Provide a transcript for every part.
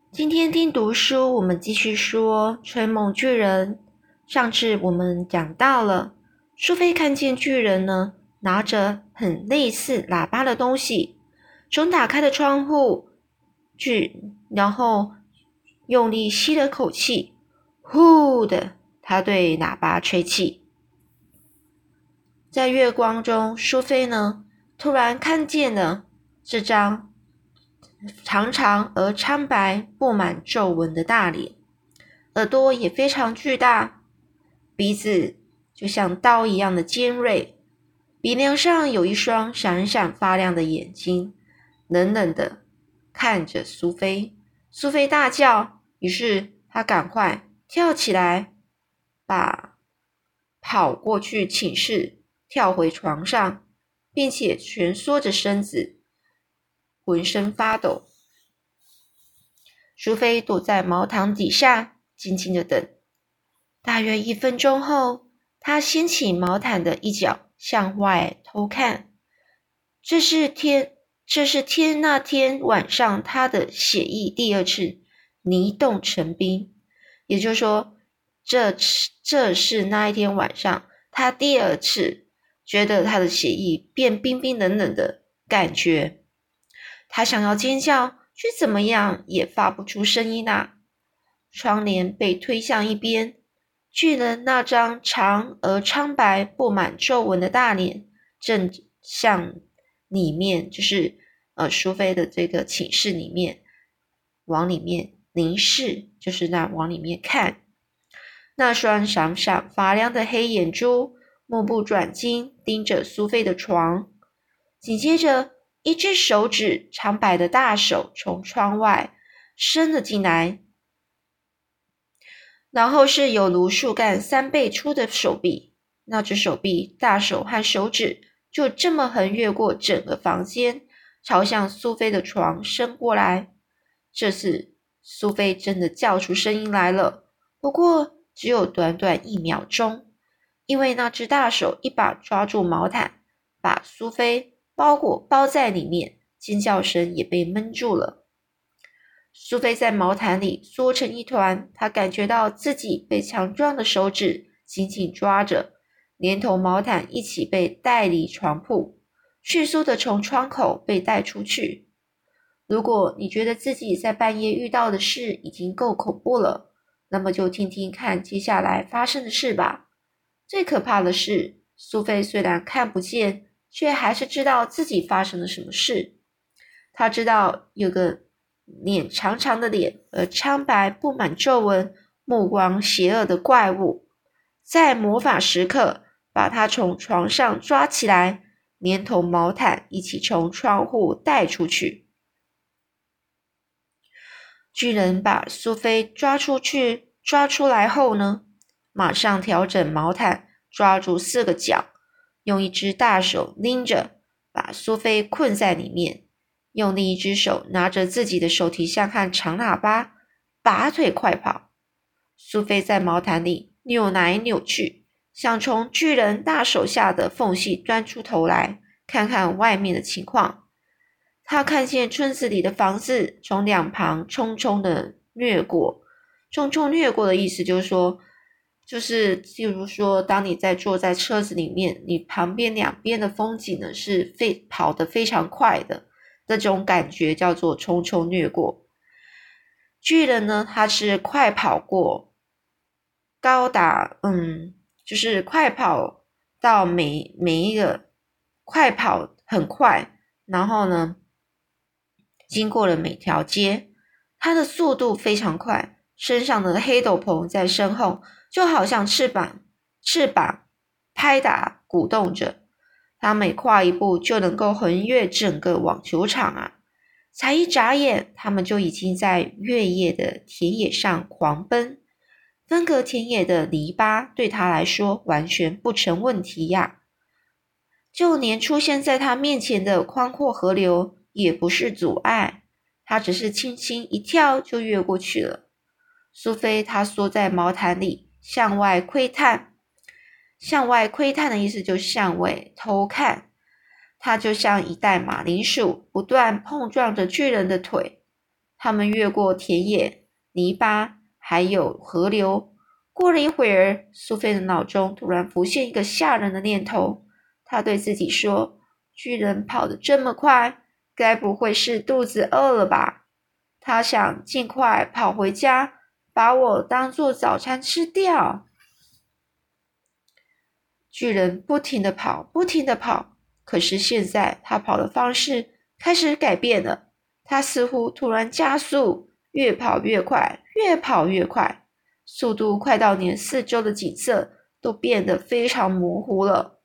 今天听读书，我们继续说吹梦巨人。上次我们讲到了，苏菲看见巨人呢，拿着很类似喇叭的东西，从打开的窗户然后用力吸了口气，呼的，他对喇叭吹气。在月光中，苏菲呢，突然看见了这张长长而苍白、布满皱纹的大脸，耳朵也非常巨大，鼻子就像刀一样的尖锐，鼻梁上有一双闪闪发亮的眼睛，冷冷的看着苏菲。苏菲大叫，于是她赶快跳起来，跑过去寝室，跳回床上，并且蜷缩着身子，浑身发抖。苏菲躲在毛毯底下，静静的等。大约1分钟后，她掀起毛毯的一角，向外偷看。这是那天晚上她的血液第二次泥冻成冰，也就是说，这是那一天晚上她第二次觉得她的血液变冰冰冷冷的感觉。她想要尖叫，却怎么样也发不出声音啊！窗帘被推向一边，巨人那张长而苍白、布满皱纹的大脸正向里面，就是苏菲的这个寝室里面往里面凝视，就是往里面看。那双闪闪发亮的黑眼珠目不转睛盯着苏菲的床，紧接着一只手指长白的大手从窗外伸了进来，然后是有如树干3倍粗的手臂，那只手臂、大手和手指就这么横越过整个房间，朝向苏菲的床伸过来。这次苏菲真的叫出声音来了，不过只有短短1秒钟，因为那只大手一把抓住毛毯，把苏菲包在里面，尖叫声也被闷住了。苏菲在毛毯里缩成一团，她感觉到自己被强壮的手指紧紧抓着，连同毛毯一起被带离床铺，迅速的从窗口被带出去。如果你觉得自己在半夜遇到的事已经够恐怖了，那么就听听看接下来发生的事吧。最可怕的是，苏菲虽然看不见，却还是知道自己发生了什么事。她知道有个脸长长的脸，苍白布满皱纹、目光邪恶的怪物，在魔法时刻把她从床上抓起来，连同毛毯一起从窗户带出去。巨人把苏菲抓出来后呢，马上调整毛毯，抓住4个角，用一只大手拎着，把苏菲困在里面，用另一只手拿着自己的手提箱和长喇叭，拔腿快跑。苏菲在毛毯里扭来扭去，想从巨人大手下的缝隙钻出头来，看看外面的情况。他看见村子里的房子从两旁匆匆的掠过。匆匆掠过的意思就是说，譬如说，当你坐在车子里面，你旁边两边的风景呢是跑得非常快的，这种感觉叫做匆匆掠过。巨人呢，他是快跑过，高达就是快跑到每一个快跑很快，然后呢经过了每条街，他的速度非常快，身上的黑斗篷在身后就好像翅膀拍打鼓动着，他每跨一步就能够横越整个网球场啊！才一眨眼，他们就已经在月夜的田野上狂奔。分隔田野的篱笆对他来说完全不成问题呀，就连出现在他面前的宽阔河流也不是阻碍，他只是轻轻一跳就越过去了。苏菲她缩在毛毯里向外窥探，向外窥探的意思就是向外偷看，她就像一袋马铃薯不断碰撞着巨人的腿。 他们越过田野、泥巴，还有河流。过了一会儿，苏菲的脑中突然浮现一个吓人的念头。她对自己说：“巨人跑得这么快，该不会是肚子饿了吧？”她想尽快跑回家，把我当做早餐吃掉。巨人不停地跑，不停地跑，可是现在他跑的方式开始改变了。他似乎突然加速，越跑越快，越跑越快，速度快到连四周的景色都变得非常模糊了。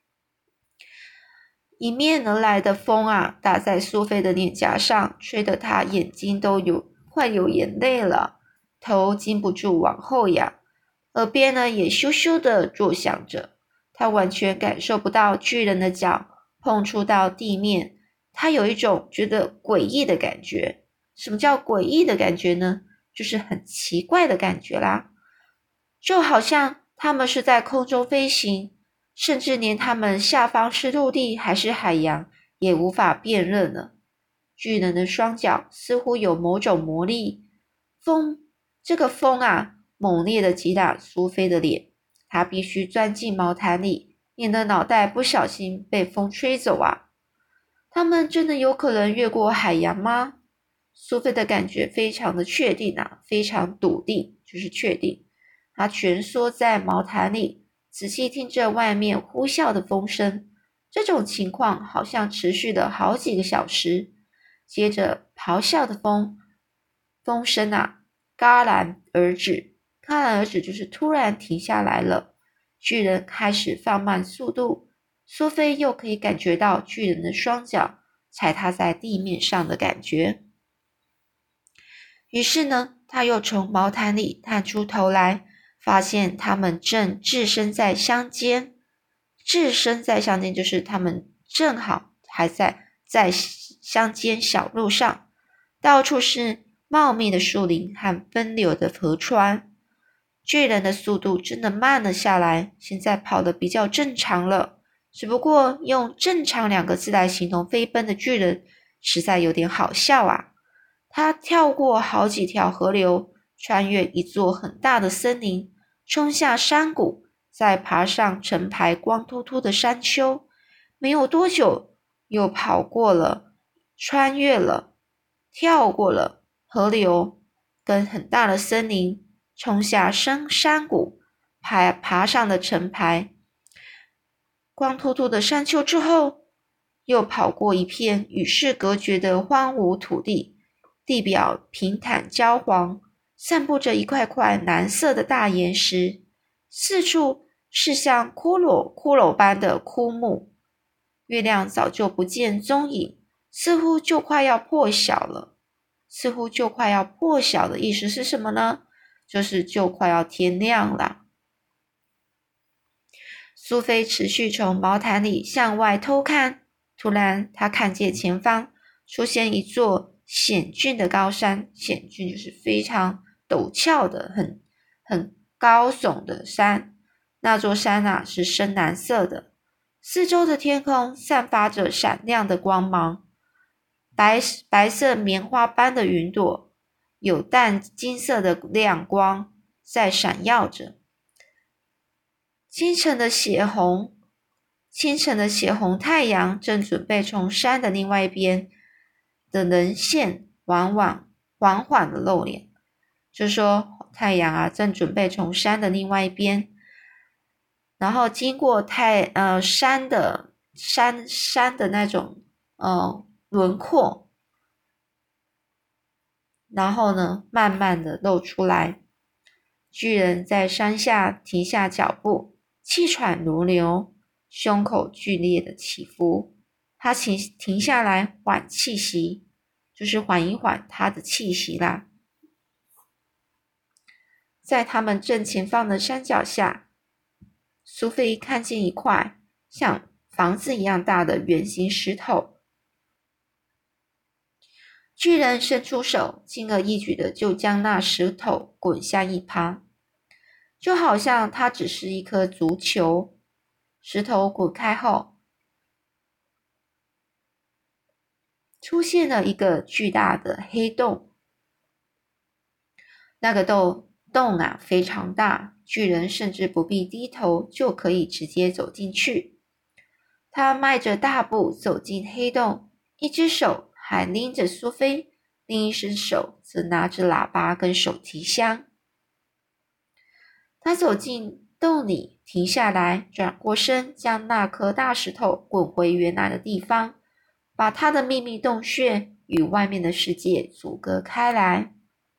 迎面而来的风啊，打在苏菲的脸颊上，吹得她眼睛都快有眼泪了，头禁不住往后仰，耳边呢也咻咻的作响着。他完全感受不到巨人的脚碰触到地面，他有一种觉得诡异的感觉。什么叫诡异的感觉呢？就是很奇怪的感觉啦，就好像他们是在空中飞行，甚至连他们下方是陆地还是海洋也无法辨认了。巨人的双脚似乎有某种魔力，这个风啊，猛烈的击打苏菲的脸，他必须钻进毛毯里，免得脑袋不小心被风吹走啊！他们真的有可能越过海洋吗？苏菲的感觉非常的确定啊，非常笃定，就是确定。她蜷缩在毛毯里，仔细听着外面呼啸的风声。这种情况好像持续了好几个小时。接着，咆哮的风声啊，戛然而止。戛然而止就是突然停下来了。巨人开始放慢速度，苏菲又可以感觉到巨人的双脚踩踏在地面上的感觉。于是呢，他又从毛毯里探出头来，发现他们正置身在乡间。置身在乡间就是他们正好还在乡间小路上，到处是茂密的树林和奔流的河川。巨人的速度真的慢了下来，现在跑得比较正常了。只不过用正常2个字来形容飞奔的巨人，实在有点好笑啊。他跳过好几条河流，穿越一座很大的森林，冲下山谷，再爬上成排光秃秃的山丘。没有多久，又跑过了，穿越了，跳过了河流跟很大的森林，冲下山谷，爬上了成排光秃秃的山丘之后，又跑过一片与世隔绝的荒芜土地，地表平坦焦黄，散布着一块块蓝色的大岩石，四处是像骷髅般的枯木。月亮早就不见踪影，似乎就快要破晓了。似乎就快要破晓的意思是什么呢？就是就快要天亮了。苏菲持续从毛毯里向外偷看，突然她看见前方出现一座险峻的高山，险峻就是非常陡峭的、很高耸的山。那座山啊是深蓝色的，四周的天空散发着闪亮的光芒，白色棉花般的云朵，有淡金色的亮光在闪耀着。清晨的血红太阳正准备从山的另外一边的棱线缓缓的露脸，就是说太阳啊正准备从山的另外一边，然后经过山的那种轮廓，然后呢慢慢的露出来。巨人在山下停下脚步，气喘如流，胸口剧烈的起伏。他停下来缓气息，就是缓一缓他的气息啦。在他们正前方的山脚下，苏菲看见一块像房子一样大的圆形石头。巨人伸出手，轻而易举的就将那石头滚向一旁，就好像它只是一颗足球。石头滚开后，出现了一个巨大的黑洞， 那个洞啊非常大，巨人甚至不必低头就可以直接走进去。他迈着大步走进黑洞，一只手还拎着苏菲，另一只手则拿着喇叭跟手提箱。他走进洞里，停下来，转过身，将那颗大石头滚回原来的地方，把他的秘密洞穴与外面的世界阻隔开来。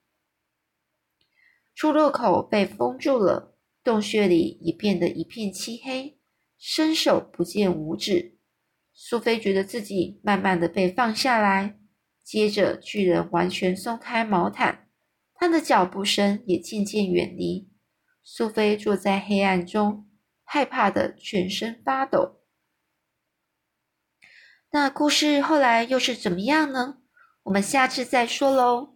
出入口被封住了，洞穴里也变得一片漆黑，伸手不见五指。苏菲觉得自己慢慢的被放下来，接着巨人完全松开毛毯，他的脚步声也渐渐远离。苏菲坐在黑暗中，害怕的全身发抖。那故事后来又是怎么样呢？我们下次再说喽。